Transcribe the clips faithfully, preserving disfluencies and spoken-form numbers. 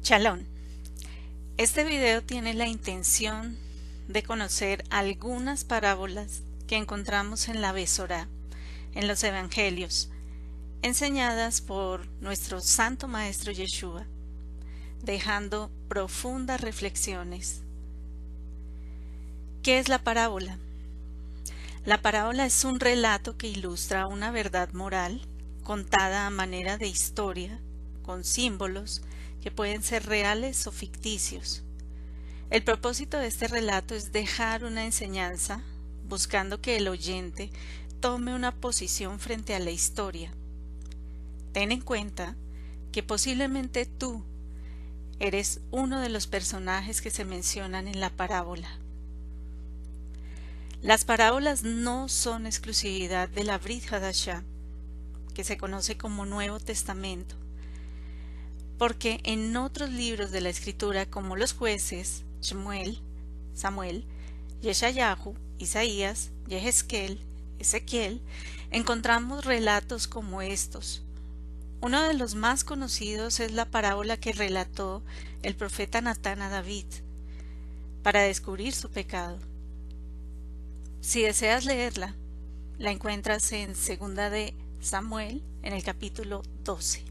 Shalom. Este video tiene la intención de conocer algunas parábolas que encontramos en la Besorá, en los Evangelios, enseñadas por nuestro Santo Maestro Yeshua, dejando profundas reflexiones. ¿Qué es la parábola? La parábola es un relato que ilustra una verdad moral contada a manera de historia, con símbolos que pueden ser reales o ficticios. El propósito de este relato es dejar una enseñanza, buscando que el oyente tome una posición frente a la historia. Ten en cuenta que posiblemente tú eres uno de los personajes que se mencionan en la parábola. Las parábolas no son exclusividad de la Brit Hadashah, que se conoce como Nuevo Testamento, porque en otros libros de la Escritura como los Jueces, Shmuel, Samuel, Yeshayahu, Isaías, Yehezkel, Ezequiel, encontramos relatos como estos. Uno de los más conocidos es la parábola que relató el profeta Natán a David para descubrir su pecado. Si deseas leerla, la encuentras en Segunda de Samuel, en el capítulo doce.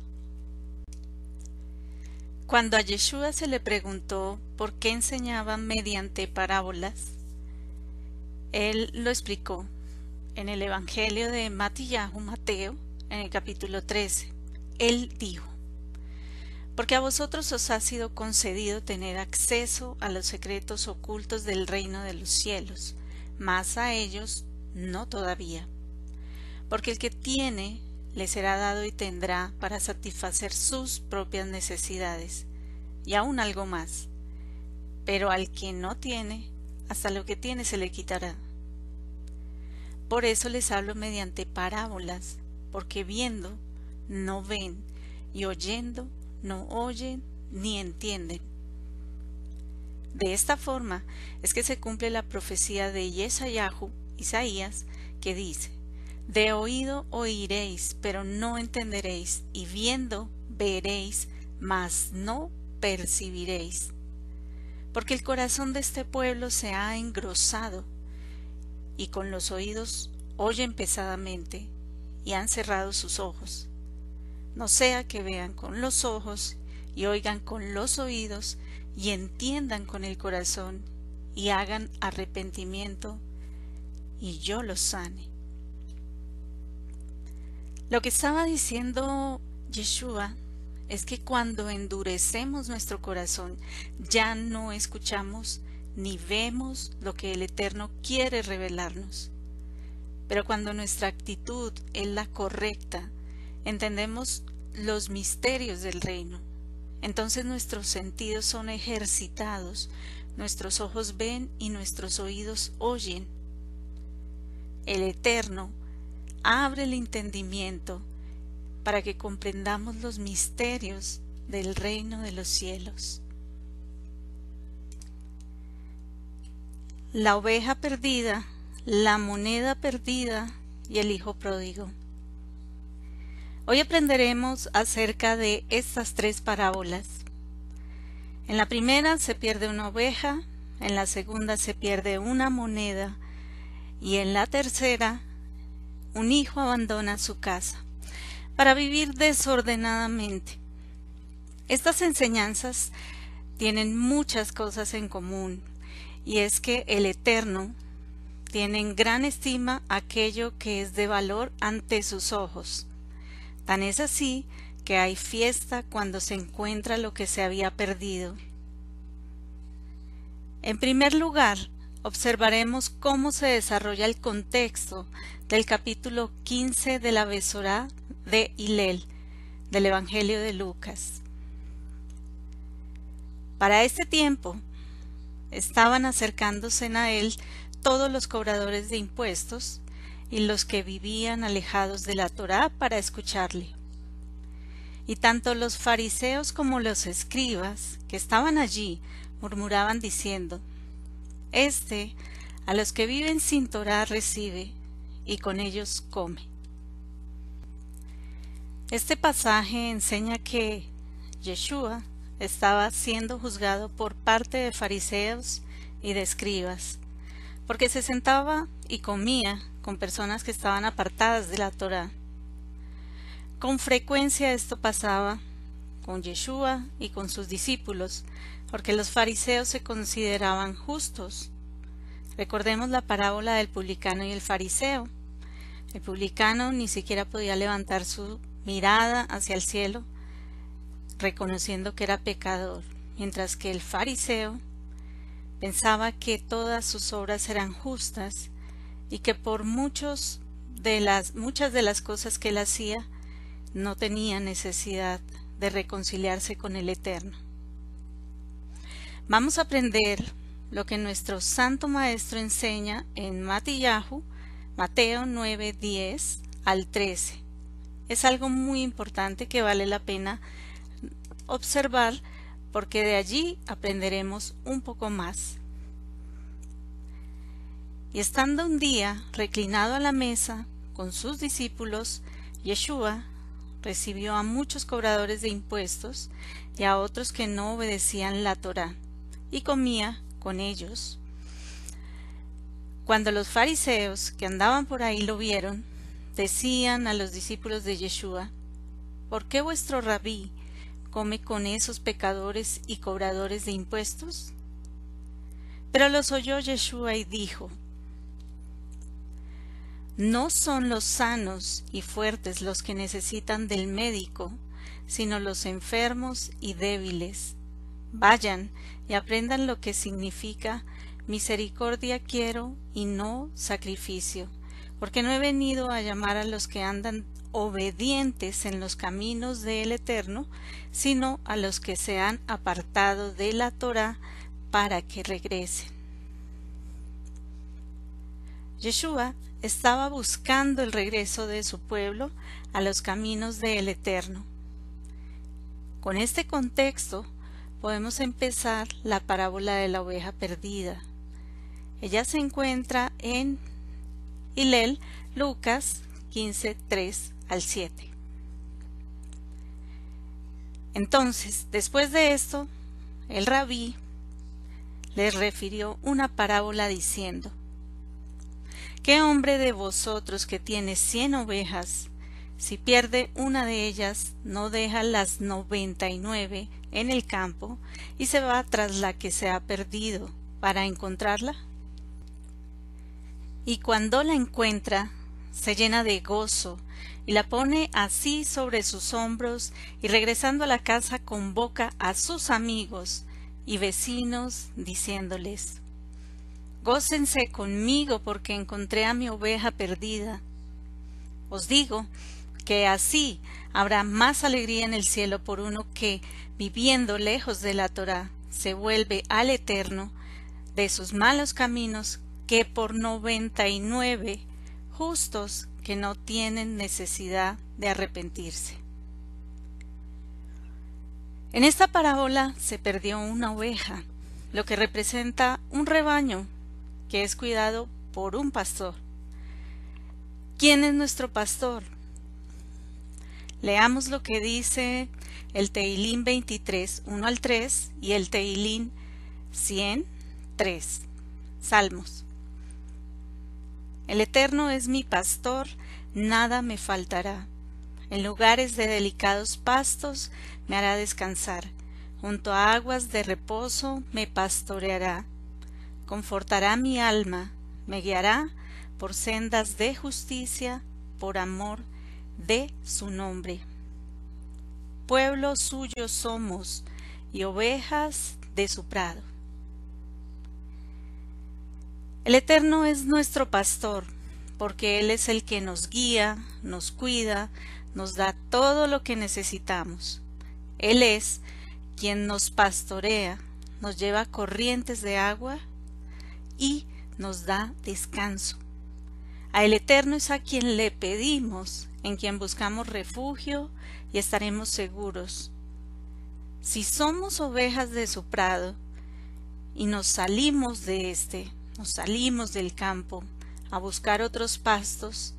Cuando a Yeshua se le preguntó por qué enseñaba mediante parábolas, él lo explicó en el Evangelio de Matillahu, Mateo, en el capítulo trece. Él dijo: porque a vosotros os ha sido concedido tener acceso a los secretos ocultos del reino de los cielos, mas a ellos no todavía. Porque el que tiene le será dado y tendrá para satisfacer sus propias necesidades, y aún algo más. Pero al que no tiene, hasta lo que tiene se le quitará. Por eso les hablo mediante parábolas, porque viendo no ven, y oyendo no oyen ni entienden. De esta forma es que se cumple la profecía de Yeshayahu, Isaías, que dice: de oído oiréis, pero no entenderéis, y viendo veréis, mas no percibiréis. Porque el corazón de este pueblo se ha engrosado, y con los oídos oyen pesadamente, y han cerrado sus ojos. No sea que vean con los ojos, y oigan con los oídos, y entiendan con el corazón, y hagan arrepentimiento, y yo los sane. Lo que estaba diciendo Yeshua es que cuando endurecemos nuestro corazón, ya no escuchamos ni vemos lo que el Eterno quiere revelarnos. Pero cuando nuestra actitud es la correcta, entendemos los misterios del reino. Entonces nuestros sentidos son ejercitados, nuestros ojos ven y nuestros oídos oyen. El Eterno abre el entendimiento para que comprendamos los misterios del reino de los cielos. La oveja perdida, la moneda perdida y el hijo pródigo. Hoy aprenderemos acerca de estas tres parábolas. En la primera se pierde una oveja, en la segunda se pierde una moneda y en la tercera un hijo abandona su casa para vivir desordenadamente. Estas enseñanzas tienen muchas cosas en común, y es que el Eterno tiene en gran estima aquello que es de valor ante sus ojos. Tan es así que hay fiesta cuando se encuentra lo que se había perdido. En primer lugar, observaremos cómo se desarrolla el contexto del capítulo quince de la Besorá de Hillel, del Evangelio de Lucas. Para este tiempo, estaban acercándose a él todos los cobradores de impuestos y los que vivían alejados de la Torá para escucharle. Y tanto los fariseos como los escribas que estaban allí murmuraban diciendo: Este a los que viven sin Torá recibe, y con ellos come. Este pasaje enseña que Yeshua estaba siendo juzgado por parte de fariseos y de escribas, porque se sentaba y comía con personas que estaban apartadas de la Torá. Con frecuencia esto pasaba con Yeshua y con sus discípulos, porque los fariseos se consideraban justos. Recordemos la parábola del publicano y el fariseo. El publicano ni siquiera podía levantar su mirada hacia el cielo, reconociendo que era pecador, mientras que el fariseo pensaba que todas sus obras eran justas y que por muchos de las, muchas de las cosas que él hacía no tenía necesidad de reconciliarse con el Eterno. Vamos a aprender lo que nuestro Santo Maestro enseña en Matillahu, Mateo nueve, diez al trece. Es algo muy importante que vale la pena observar porque de allí aprenderemos un poco más. Y estando un día reclinado a la mesa con sus discípulos, Yeshua recibió a muchos cobradores de impuestos y a otros que no obedecían la Torá, y comía con ellos. Cuando los fariseos que andaban por ahí lo vieron, decían a los discípulos de Yeshua: ¿por qué vuestro rabí come con esos pecadores y cobradores de impuestos? Pero los oyó Yeshua y dijo: no son los sanos y fuertes los que necesitan del médico, sino los enfermos y débiles. Vayan y aprendan lo que significa misericordia quiero y no sacrificio, porque no he venido a llamar a los que andan obedientes en los caminos del Eterno, sino a los que se han apartado de la Torá para que regresen. Yeshua estaba buscando el regreso de su pueblo a los caminos del Eterno. Con este contexto podemos empezar la parábola de la oveja perdida. Ella se encuentra en Hillel, Lucas quince, tres al siete. Entonces, después de esto, el rabí les refirió una parábola diciendo: ¿qué hombre de vosotros que tiene cien ovejas, si pierde una de ellas, no deja las noventa y nueve en el campo y se va tras la que se ha perdido para encontrarla? Y cuando la encuentra, se llena de gozo y la pone así sobre sus hombros, y regresando a la casa convoca a sus amigos y vecinos diciéndoles: gócense conmigo porque encontré a mi oveja perdida. Os digo que así habrá más alegría en el cielo por uno que, viviendo lejos de la Torá, se vuelve al Eterno de sus malos caminos, que por noventa y nueve justos que no tienen necesidad de arrepentirse. En esta parábola se perdió una oveja, lo que representa un rebaño que es cuidado por un pastor. ¿Quién es nuestro pastor? Leamos lo que dice el Tehilín veintitrés, uno al tres y el Tehilín cien, tres. Salmos. El Eterno es mi pastor, nada me faltará. En lugares de delicados pastos me hará descansar. Junto a aguas de reposo me pastoreará. Confortará mi alma, me guiará por sendas de justicia, por amor de su nombre. Pueblo suyo somos y ovejas de su prado. El Eterno es nuestro pastor, porque Él es el que nos guía, nos cuida, nos da todo lo que necesitamos. Él es quien nos pastorea, nos lleva a corrientes de agua y nos da descanso. A el Eterno es a quien le pedimos, en quien buscamos refugio y estaremos seguros. Si somos ovejas de su prado y nos salimos de este, nos salimos del campo a buscar otros pastos,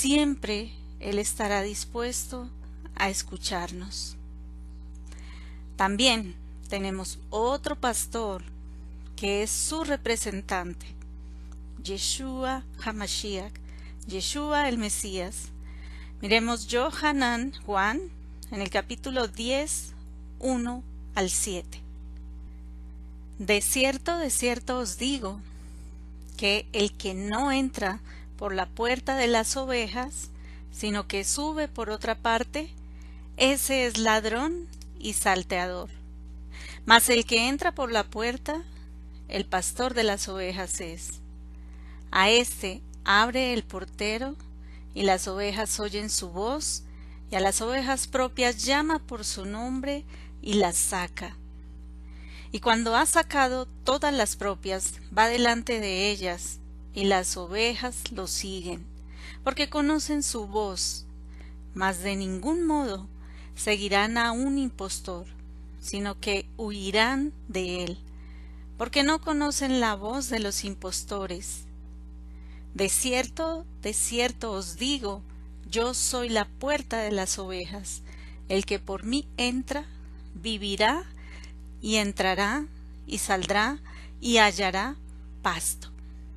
siempre Él estará dispuesto a escucharnos. También tenemos otro pastor que es su representante, Yeshua HaMashiach, Yeshua el Mesías. Miremos Yohanan, Juan, en el capítulo diez, uno al siete. De cierto, de cierto os digo, que el que no entra por la puerta de las ovejas, sino que sube por otra parte, ese es ladrón y salteador. Mas el que entra por la puerta, el pastor de las ovejas es. A éste abre el portero, y las ovejas oyen su voz, y a las ovejas propias llama por su nombre y las saca. Y cuando ha sacado todas las propias, va delante de ellas, y las ovejas lo siguen, porque conocen su voz, mas de ningún modo seguirán a un impostor, sino que huirán de él, porque no conocen la voz de los impostores. De cierto, de cierto os digo, yo soy la puerta de las ovejas. El que por mí entra, vivirá, y entrará, y saldrá, y hallará pasto.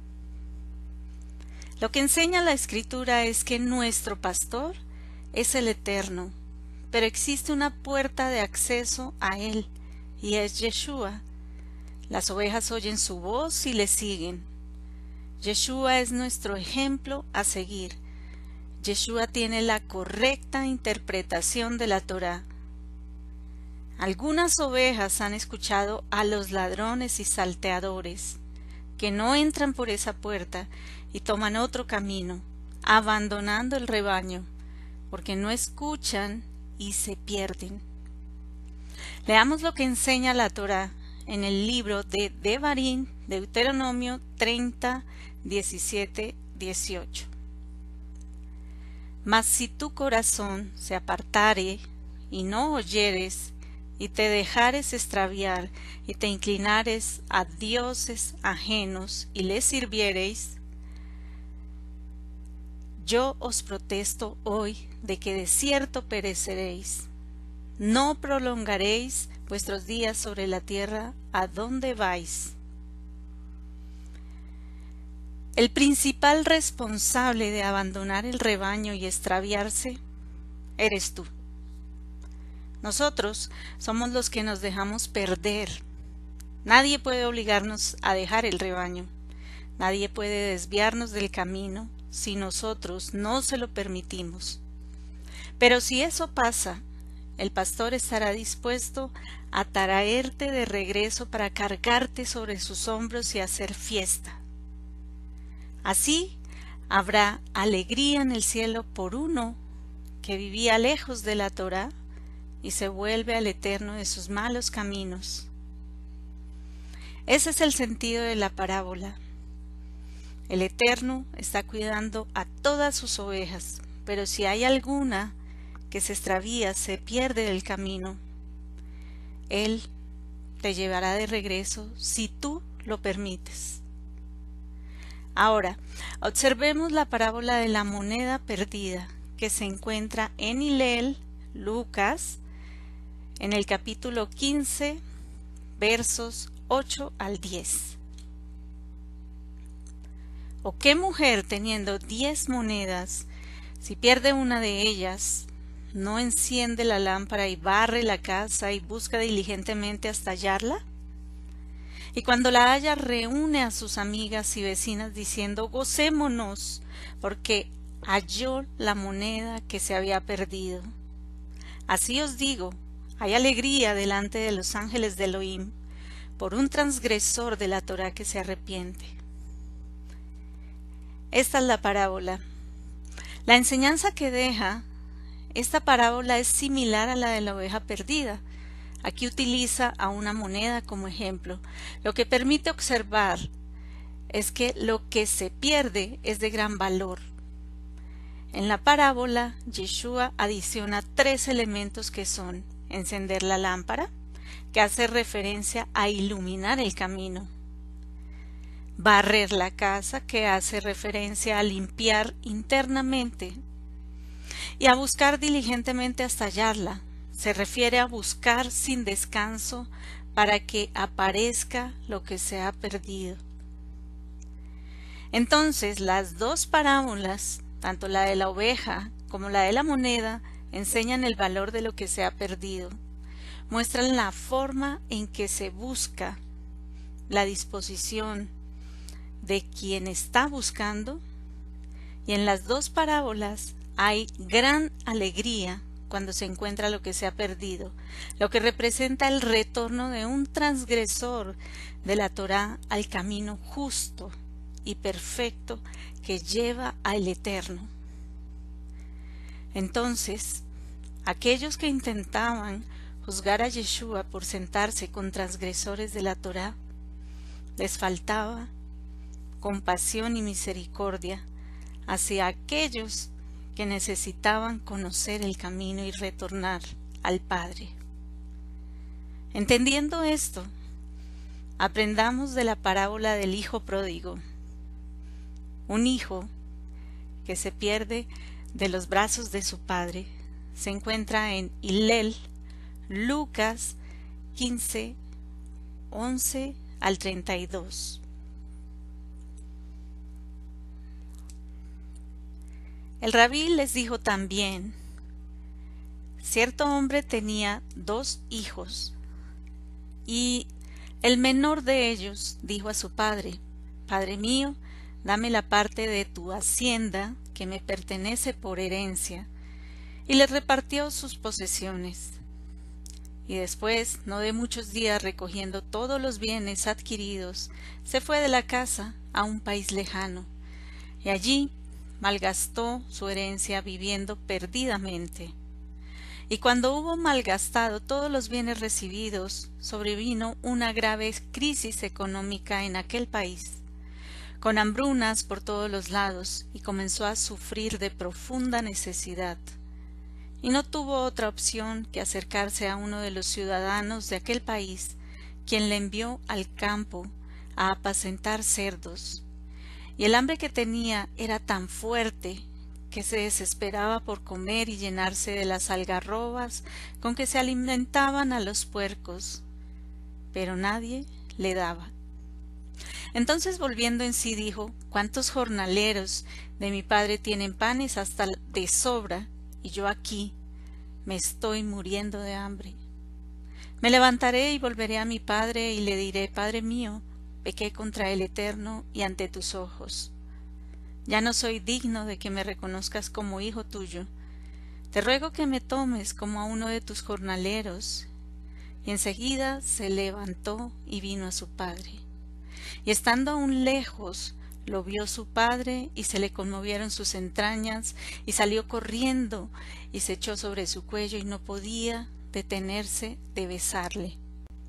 Lo que enseña la Escritura es que nuestro pastor es el Eterno, pero existe una puerta de acceso a él, y es Yeshua. Las ovejas oyen su voz y le siguen. Yeshua es nuestro ejemplo a seguir. Yeshua tiene la correcta interpretación de la Torá. Algunas ovejas han escuchado a los ladrones y salteadores, que no entran por esa puerta y toman otro camino, abandonando el rebaño, porque no escuchan y se pierden. Leamos lo que enseña la Torá en el libro de Devarim, Deuteronomio treinta, diecisiete, dieciocho. Mas si tu corazón se apartare y no oyeres, y te dejares extraviar, y te inclinares a dioses ajenos, y les sirviereis, yo os protesto hoy de que de cierto pereceréis. No prolongaréis vuestros días sobre la tierra a donde vais. El principal responsable de abandonar el rebaño y extraviarse eres tú. Nosotros somos los que nos dejamos perder. Nadie puede obligarnos a dejar el rebaño. Nadie puede desviarnos del camino si nosotros no se lo permitimos. Pero si eso pasa, el pastor estará dispuesto a traerte de regreso para cargarte sobre sus hombros y hacer fiesta. Así habrá alegría en el cielo por uno que vivía lejos de la Torá y se vuelve al Eterno de sus malos caminos. Ese es el sentido de la parábola. El Eterno está cuidando a todas sus ovejas, pero si hay alguna que se extravía, se pierde del camino, Él te llevará de regreso si tú lo permites. Ahora, observemos la parábola de la moneda perdida que se encuentra en Hillel, Lucas, en el capítulo quince, versos ocho al diez. ¿O qué mujer teniendo diez monedas, si pierde una de ellas, no enciende la lámpara y barre la casa y busca diligentemente hasta hallarla? Y cuando la halla, reúne a sus amigas y vecinas diciendo: gocémonos, porque halló la moneda que se había perdido. Así os digo, hay alegría delante de los ángeles de Elohim por un transgresor de la Torá que se arrepiente. Esta es la parábola. La enseñanza que deja esta parábola es similar a la de la oveja perdida. Aquí utiliza a una moneda como ejemplo. Lo que permite observar es que lo que se pierde es de gran valor. En la parábola, Yeshua adiciona tres elementos que son: encender la lámpara, que hace referencia a iluminar el camino; barrer la casa, que hace referencia a limpiar internamente; y a buscar diligentemente hasta hallarla, se refiere a buscar sin descanso para que aparezca lo que se ha perdido. Entonces, las dos parábolas, tanto la de la oveja como la de la moneda, enseñan el valor de lo que se ha perdido. Muestran la forma en que se busca, la disposición de quien está buscando, y en las dos parábolas hay gran alegría cuando se encuentra lo que se ha perdido, lo que representa el retorno de un transgresor de la Torá al camino justo y perfecto que lleva al Eterno. Entonces, aquellos que intentaban juzgar a Yeshua por sentarse con transgresores de la Torá, les faltaba compasión y misericordia hacia aquellos que necesitaban conocer el camino y retornar al Padre. Entendiendo esto, aprendamos de la parábola del hijo pródigo. Un hijo que se pierde de los brazos de su padre se encuentra en Hillel, Lucas quince, once al treinta y dos. El rabí les dijo también: cierto hombre tenía dos hijos, y el menor de ellos dijo a su padre: Padre mío, dame la parte de tu hacienda que me pertenece por herencia, y le repartió sus posesiones. Y después, no de muchos días, recogiendo todos los bienes adquiridos, se fue de la casa a un país lejano, y allí malgastó su herencia viviendo perdidamente. Y cuando hubo malgastado todos los bienes recibidos, sobrevino una grave crisis económica en aquel país, con hambrunas por todos los lados, y comenzó a sufrir de profunda necesidad. Y no tuvo otra opción que acercarse a uno de los ciudadanos de aquel país, quien le envió al campo a apacentar cerdos. Y el hambre que tenía era tan fuerte que se desesperaba por comer y llenarse de las algarrobas con que se alimentaban a los puercos, pero nadie le daba. Entonces, volviendo en sí, dijo: ¿cuántos jornaleros de mi padre tienen panes hasta de sobra, y yo aquí me estoy muriendo de hambre? Me levantaré y volveré a mi padre y le diré: Padre mío, pequé contra el Eterno y ante tus ojos. Ya no soy digno de que me reconozcas como hijo tuyo. Te ruego que me tomes como a uno de tus jornaleros. Y enseguida se levantó y vino a su padre. Y estando aún lejos, lo vio su padre, y se le conmovieron sus entrañas, y salió corriendo, y se echó sobre su cuello, y no podía detenerse de besarle.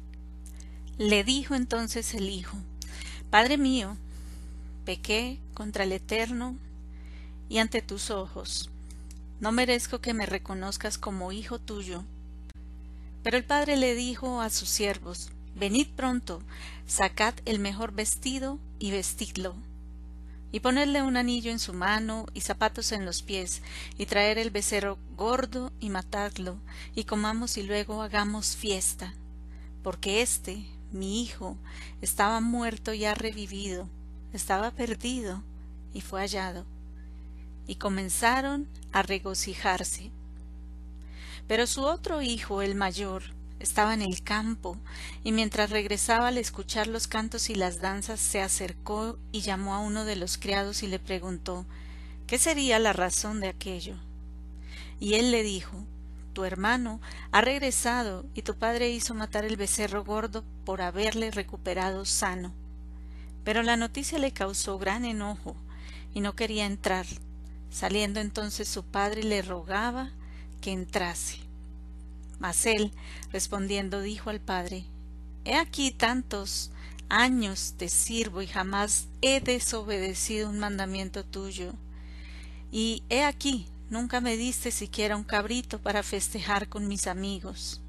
Le dijo entonces el hijo: Padre mío, pequé contra el Eterno y ante tus ojos. No merezco que me reconozcas como hijo tuyo. Pero el padre le dijo a sus siervos: Venid pronto, sacad el mejor vestido y vestidlo, y ponedle un anillo en su mano y zapatos en los pies, y traer el becerro gordo y matadlo, y comamos y luego hagamos fiesta, porque éste, mi hijo, estaba muerto y ha revivido, estaba perdido y fue hallado. Y comenzaron a regocijarse. Pero su otro hijo, el mayor, estaba en el campo, y mientras regresaba al escuchar los cantos y las danzas, se acercó y llamó a uno de los criados y le preguntó qué sería la razón de aquello. Y él le dijo: Tu hermano ha regresado, y tu padre hizo matar el becerro gordo por haberle recuperado sano. Pero la noticia le causó gran enojo, y no quería entrar. Saliendo entonces su padre le rogaba que entrase. Mas él, respondiendo, dijo al padre: He aquí tantos años te sirvo y jamás he desobedecido un mandamiento tuyo. Y he aquí, nunca me diste siquiera un cabrito para festejar con mis amigos.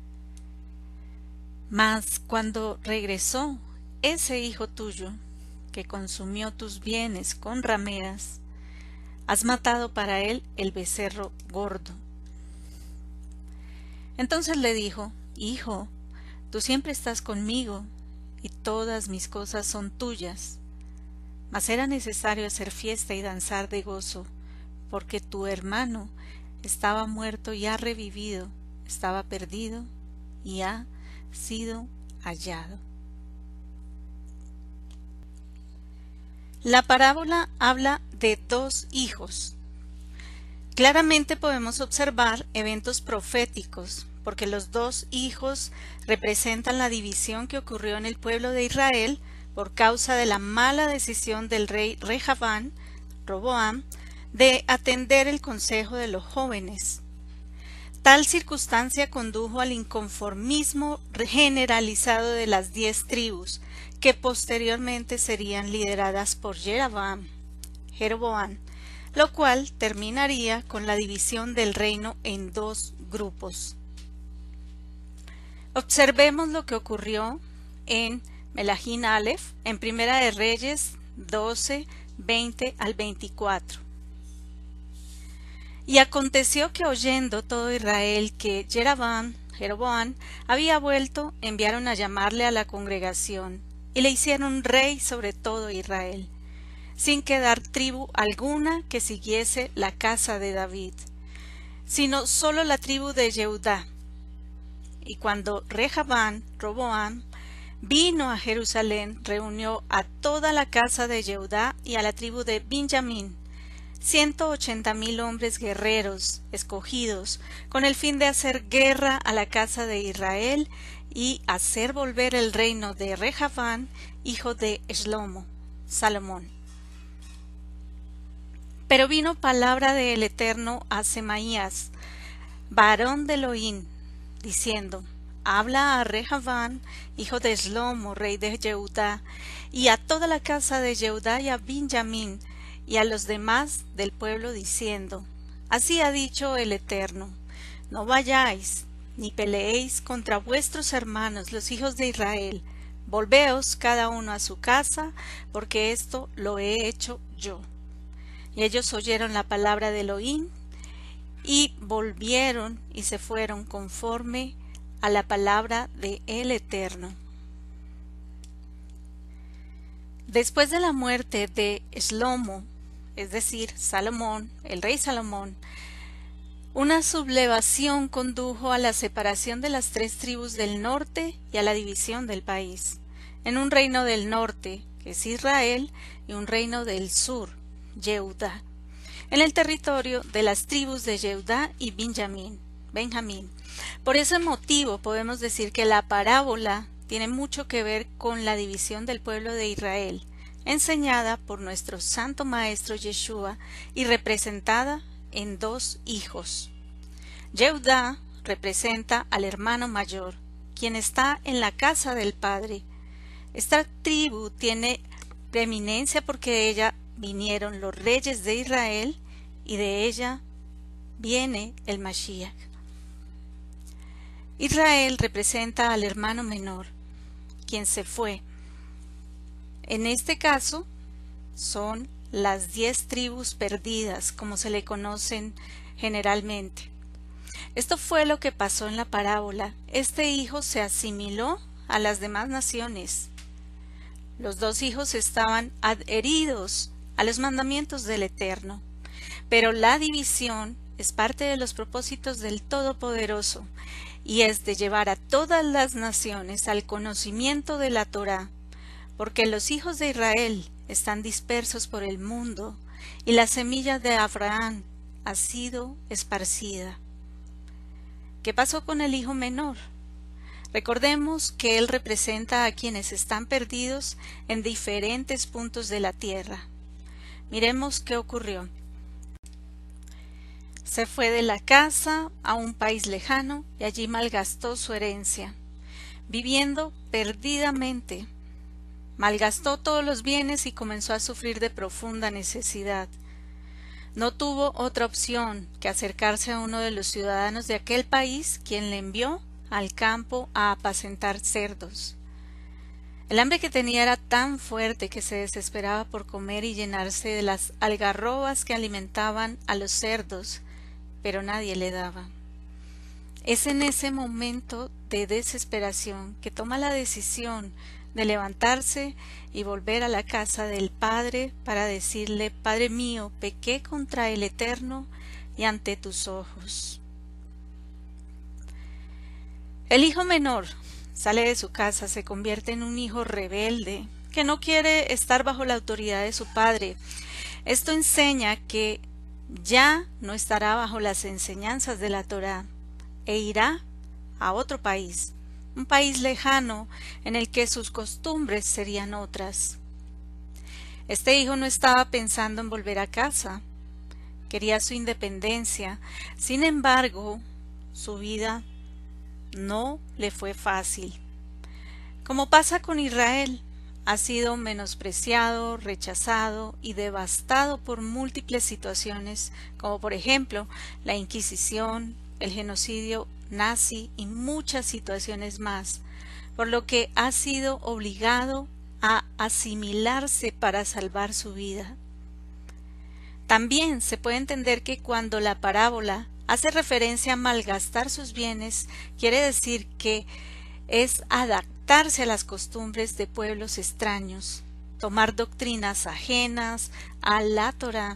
Mas cuando regresó ese hijo tuyo, que consumió tus bienes con rameras, has matado para él el becerro gordo. Entonces le dijo: Hijo, tú siempre estás conmigo, y todas mis cosas son tuyas. Mas era necesario hacer fiesta y danzar de gozo, porque tu hermano estaba muerto y ha revivido, estaba perdido y ha sido hallado. La parábola habla de dos hijos. Claramente podemos observar eventos proféticos, porque los dos hijos representan la división que ocurrió en el pueblo de Israel por causa de la mala decisión del rey Rehabán, Roboam, de atender el consejo de los jóvenes. Tal circunstancia condujo al inconformismo generalizado de las diez tribus, que posteriormente serían lideradas por Jeroboam, Jeroboam, lo cual terminaría con la división del reino en dos grupos. Observemos lo que ocurrió en Melahín Aleph, en Primera de Reyes doce, veinte al veinticuatro. Y aconteció que oyendo todo Israel que Jeroboam, Jeroboam había vuelto, enviaron a llamarle a la congregación, y le hicieron rey sobre todo Israel, sin quedar tribu alguna que siguiese la casa de David, sino sólo la tribu de Jehudá. Y cuando Rehabán, Roboam, vino a Jerusalén, reunió a toda la casa de Jehudá y a la tribu de Benjamín, ciento ochenta mil hombres guerreros, escogidos, con el fin de hacer guerra a la casa de Israel y hacer volver el reino de Rehabán, hijo de Shlomo, Salomón. Pero vino palabra del Eterno a Semaías, varón de Elohim, diciendo: Habla a Rehabán, hijo de Shlomo, rey de Jehudá, y a toda la casa de Jehudá y a Benjamín, y a los demás del pueblo, diciendo: Así ha dicho el Eterno: No vayáis, ni peleéis contra vuestros hermanos, los hijos de Israel. Volveos cada uno a su casa, porque esto lo he hecho yo. Y ellos oyeron la palabra de Elohim, y volvieron y se fueron conforme a la palabra de el Eterno. Después de la muerte de Shlomo, es decir, Salomón, el rey Salomón, una sublevación condujo a la separación de las tres tribus del norte y a la división del país, en un reino del norte, que es Israel, y un reino del sur, Jehudá, en el territorio de las tribus de Jehudá y Benjamín. Benjamín. Por ese motivo podemos decir que la parábola tiene mucho que ver con la división del pueblo de Israel, enseñada por nuestro santo maestro Yeshua y representada en dos hijos. Jehudá representa al hermano mayor, quien está en la casa del padre. Esta tribu tiene preeminencia porque de ella vinieron los reyes de Israel y de ella viene el Mashiach. Israel representa al hermano menor, quien se fue. En este caso son las diez tribus perdidas, como se le conocen generalmente. Esto fue lo que pasó en la parábola. Este hijo se asimiló a las demás naciones. Los dos hijos estaban adheridos a los mandamientos del Eterno, pero la división es parte de los propósitos del Todopoderoso y es de llevar a todas las naciones al conocimiento de la Torá, porque los hijos de Israel están dispersos por el mundo y la semilla de Abraham ha sido esparcida. ¿Qué pasó con el hijo menor? Recordemos que él representa a quienes están perdidos en diferentes puntos de la tierra. Miremos qué ocurrió. Se fue de la casa a un país lejano y allí malgastó su herencia, viviendo perdidamente. Malgastó todos los bienes y comenzó a sufrir de profunda necesidad. No tuvo otra opción que acercarse a uno de los ciudadanos de aquel país, quien le envió al campo a apacentar cerdos. El hambre que tenía era tan fuerte que se desesperaba por comer y llenarse de las algarrobas que alimentaban a los cerdos, pero nadie le daba. Es en ese momento de desesperación que toma la decisión de levantarse y volver a la casa del Padre para decirle: Padre mío, pequé contra el Eterno y ante tus ojos. El hijo menor sale de su casa, se convierte en un hijo rebelde, que no quiere estar bajo la autoridad de su padre. Esto enseña que ya no estará bajo las enseñanzas de la Torá e irá a otro país, un país lejano en el que sus costumbres serían otras. Este hijo no estaba pensando en volver a casa, quería su independencia. Sin embargo, su vida no le fue fácil. Como pasa con Israel, ha sido menospreciado, rechazado y devastado por múltiples situaciones, como por ejemplo la Inquisición, el genocidio nazi y muchas situaciones más, por lo que ha sido obligado a asimilarse para salvar su vida. También se puede entender que cuando la parábola hace referencia a malgastar sus bienes, quiere decir que es adaptarse a las costumbres de pueblos extraños, tomar doctrinas ajenas a la Torá.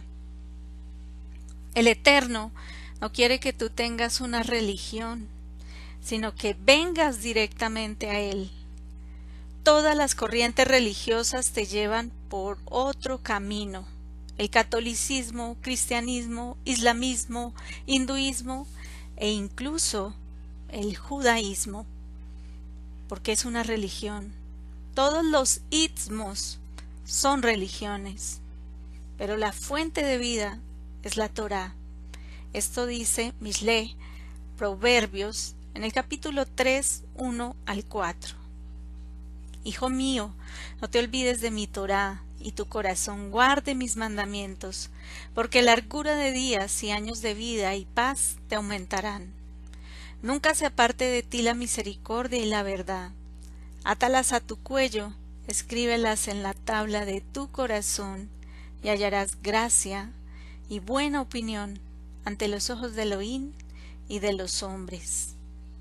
El Eterno no quiere que tú tengas una religión, sino que vengas directamente a Él. Todas las corrientes religiosas te llevan por otro camino. El catolicismo, cristianismo, islamismo, hinduismo e incluso el judaísmo, porque es una religión. Todos los ismos son religiones, pero la fuente de vida es la Torá. Esto dice Mishle, Proverbios, en el capítulo tres, uno al cuatro. Hijo mío, no te olvides de mi Torá, y tu corazón guarde mis mandamientos, porque largura de días y años de vida y paz te aumentarán. Nunca se aparte de ti la misericordia y la verdad. Átalas a tu cuello, escríbelas en la tabla de tu corazón, y hallarás gracia y buena opinión ante los ojos de Elohim y de los hombres.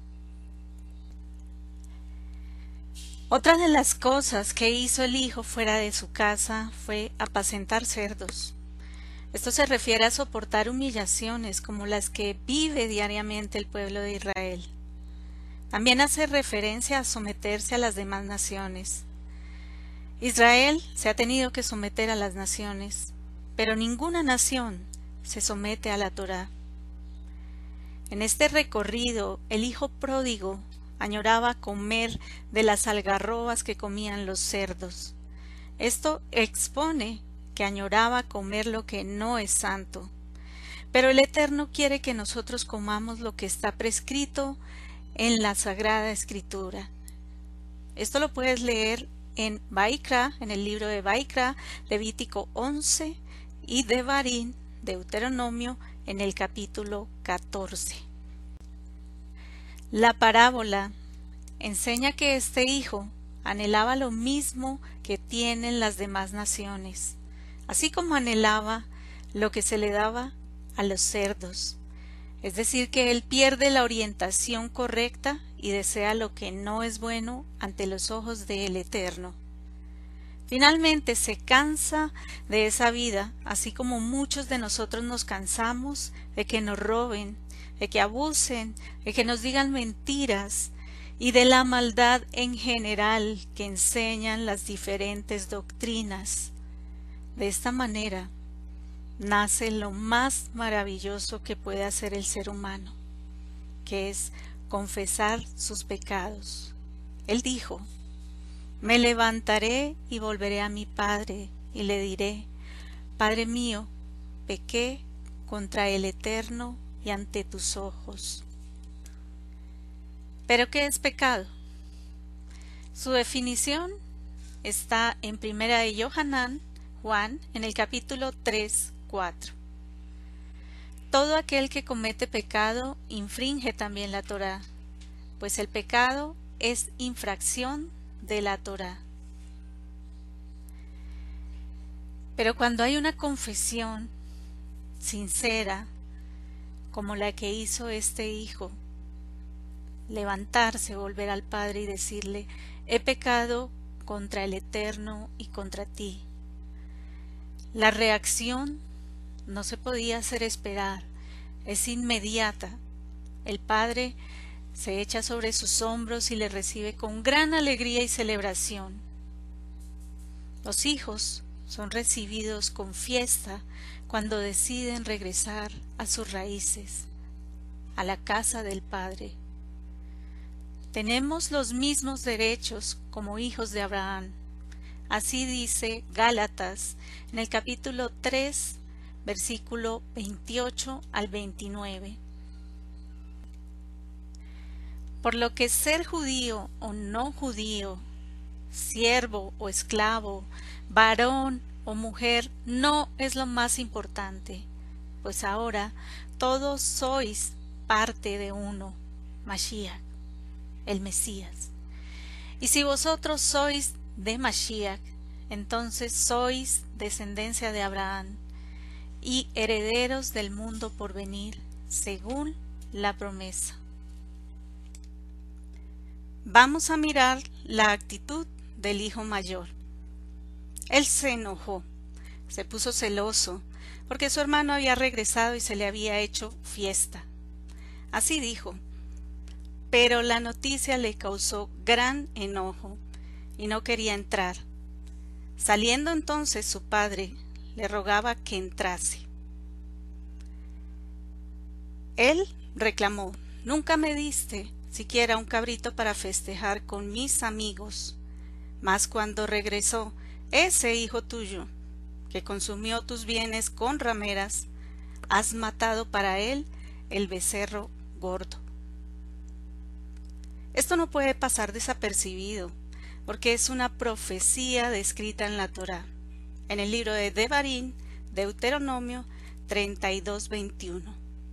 Otra de las cosas que hizo el hijo fuera de su casa fue apacentar cerdos. Esto se refiere a soportar humillaciones como las que vive diariamente el pueblo de Israel. También hace referencia a someterse a las demás naciones. Israel se ha tenido que someter a las naciones, pero ninguna nación se somete a la Torá. En este recorrido, el hijo pródigo añoraba comer de las algarrobas que comían los cerdos. Esto expone que añoraba comer lo que no es santo. Pero el Eterno quiere que nosotros comamos lo que está prescrito en la Sagrada Escritura. Esto lo puedes leer en Vaikra, en el libro de Vaikra, Levítico once, y Devarim, Deuteronomio, en el capítulo catorce. La parábola enseña que este hijo anhelaba lo mismo que tienen las demás naciones, así como anhelaba lo que se le daba a los cerdos. Es decir, que él pierde la orientación correcta y desea lo que no es bueno ante los ojos del Eterno. Finalmente se cansa de esa vida, así como muchos de nosotros nos cansamos de que nos roben, de que abusen, de que nos digan mentiras y de la maldad en general que enseñan las diferentes doctrinas. De esta manera nace lo más maravilloso que puede hacer el ser humano, que es confesar sus pecados. Él dijo: me levantaré y volveré a mi padre y le diré: Padre mío, pequé contra el Eterno y ante tus ojos. ¿Pero qué es pecado? Su definición está en Primera de Yohanan, Juan, en el capítulo tres, cuatro. Todo aquel que comete pecado infringe también la Torá, pues el pecado es infracción de la Torá. Pero cuando hay una confesión sincera, como la que hizo este hijo, levantarse, volver al Padre y decirle: he pecado contra el Eterno y contra ti. La reacción no se podía hacer esperar, es inmediata. El Padre se echa sobre sus hombros y le recibe con gran alegría y celebración. Los hijos son recibidos con fiesta cuando deciden regresar a sus raíces, a la casa del Padre. Tenemos los mismos derechos como hijos de Abraham. Así dice Gálatas en el capítulo tres, versículo veintiocho al veintinueve. Por lo que ser judío o no judío, siervo o esclavo, varón o mujer no es lo más importante, pues ahora todos sois parte de uno, Mashiach, el Mesías. Y si vosotros sois de Mashiach, entonces sois descendencia de Abraham y herederos del mundo por venir, según la promesa. Vamos a mirar la actitud del hijo mayor. Él se enojó, se puso celoso, porque su hermano había regresado y se le había hecho fiesta. Así dijo, pero la noticia le causó gran enojo y no quería entrar. Saliendo entonces su padre, le rogaba que entrase. Él reclamó: nunca me diste siquiera un cabrito para festejar con mis amigos. Mas cuando regresó ese hijo tuyo, que consumió tus bienes con rameras, has matado para él el becerro gordo. Esto no puede pasar desapercibido, porque es una profecía descrita en la Torá, en el libro de Devarim, Deuteronomio treinta y dos, veintiuno.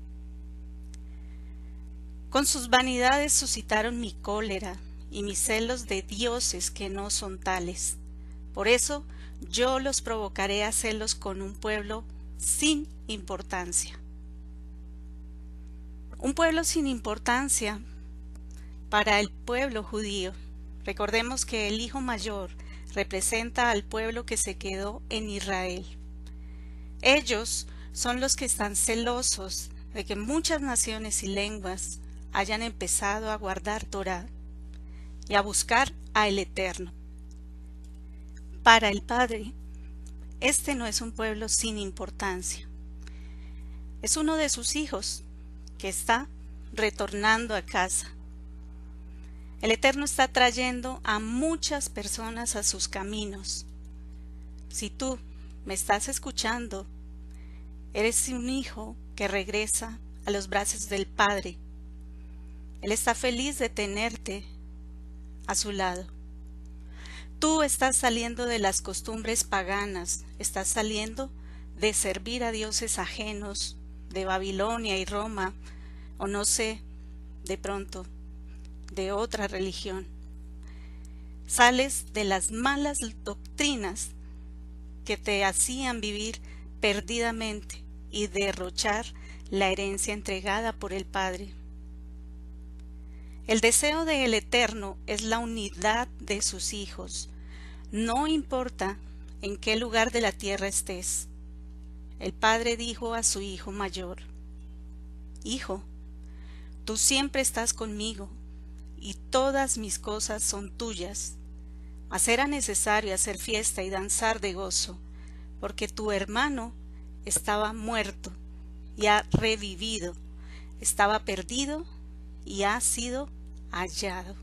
Con sus vanidades suscitaron mi cólera y mis celos de dioses que no son tales. Por eso yo los provocaré a celos con un pueblo sin importancia. Un pueblo sin importancia para el pueblo judío. Recordemos que el hijo mayor representa al pueblo que se quedó en Israel. Ellos son los que están celosos de que muchas naciones y lenguas hayan empezado a guardar Torá y a buscar a el Eterno. Para el Padre, este no es un pueblo sin importancia. Es uno de sus hijos que está retornando a casa. El Eterno está trayendo a muchas personas a sus caminos. Si tú me estás escuchando, eres un hijo que regresa a los brazos del Padre. Él está feliz de tenerte a su lado. Tú estás saliendo de las costumbres paganas, estás saliendo de servir a dioses ajenos, de Babilonia y Roma, o no sé, de pronto, de otra religión. Sales de las malas doctrinas que te hacían vivir perdidamente y derrochar la herencia entregada por el Padre. El deseo del Eterno es la unidad de sus hijos. No importa en qué lugar de la tierra estés. El Padre dijo a su hijo mayor: Hijo, tú siempre estás conmigo, y todas mis cosas son tuyas. Mas era necesario hacer fiesta y danzar de gozo, porque tu hermano estaba muerto y ha revivido, estaba perdido y ha sido hallado.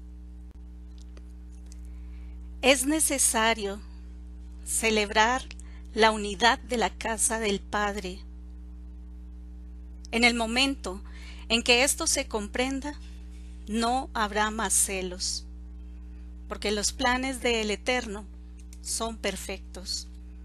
Es necesario celebrar la unidad de la casa del Padre. En el momento en que esto se comprenda, no habrá más celos, porque los planes del Eterno son perfectos.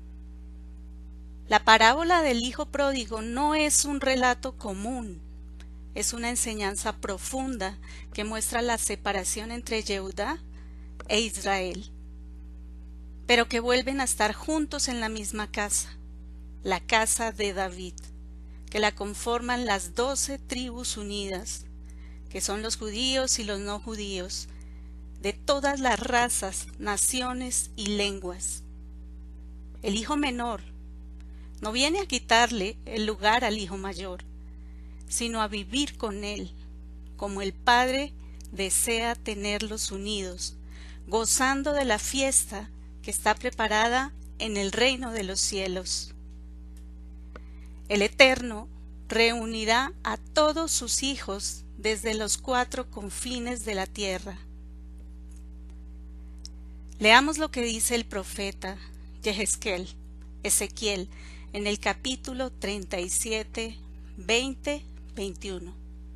La parábola del hijo pródigo no es un relato común, es una enseñanza profunda que muestra la separación entre Yehudá e Israel, pero que vuelven a estar juntos en la misma casa, la casa de David, que la conforman las doce tribus unidas, que son los judíos y los no judíos, de todas las razas, naciones y lenguas. El hijo menor no viene a quitarle el lugar al hijo mayor, sino a vivir con él, como el Padre desea tenerlos unidos, gozando de la fiesta que está preparada en el reino de los cielos. El Eterno reunirá a todos sus hijos desde los cuatro confines de la tierra. Leamos lo que dice el profeta Yehezkel, Ezequiel, en el capítulo treinta y siete, veinte, veintiuno.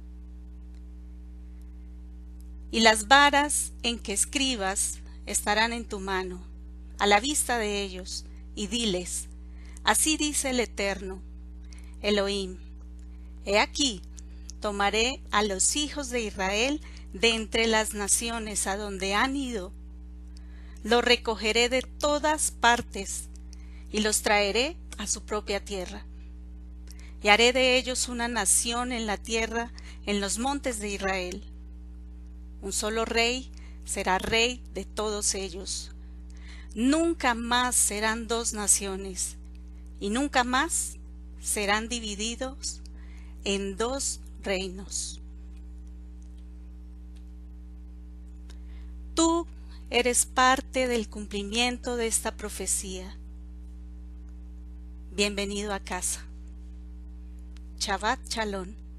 Y las varas en que escribas estarán en tu mano, a la vista de ellos, y diles: así dice el Eterno, Elohim, he aquí, tomaré a los hijos de Israel de entre las naciones a donde han ido, los recogeré de todas partes, y los traeré a su propia tierra. Y haré de ellos una nación en la tierra, en los montes de Israel. Un solo rey será rey de todos ellos. Nunca más serán dos naciones, y nunca más serán divididos en dos reinos. Tú eres parte del cumplimiento de esta profecía. Bienvenido a casa. Shabbat Shalom.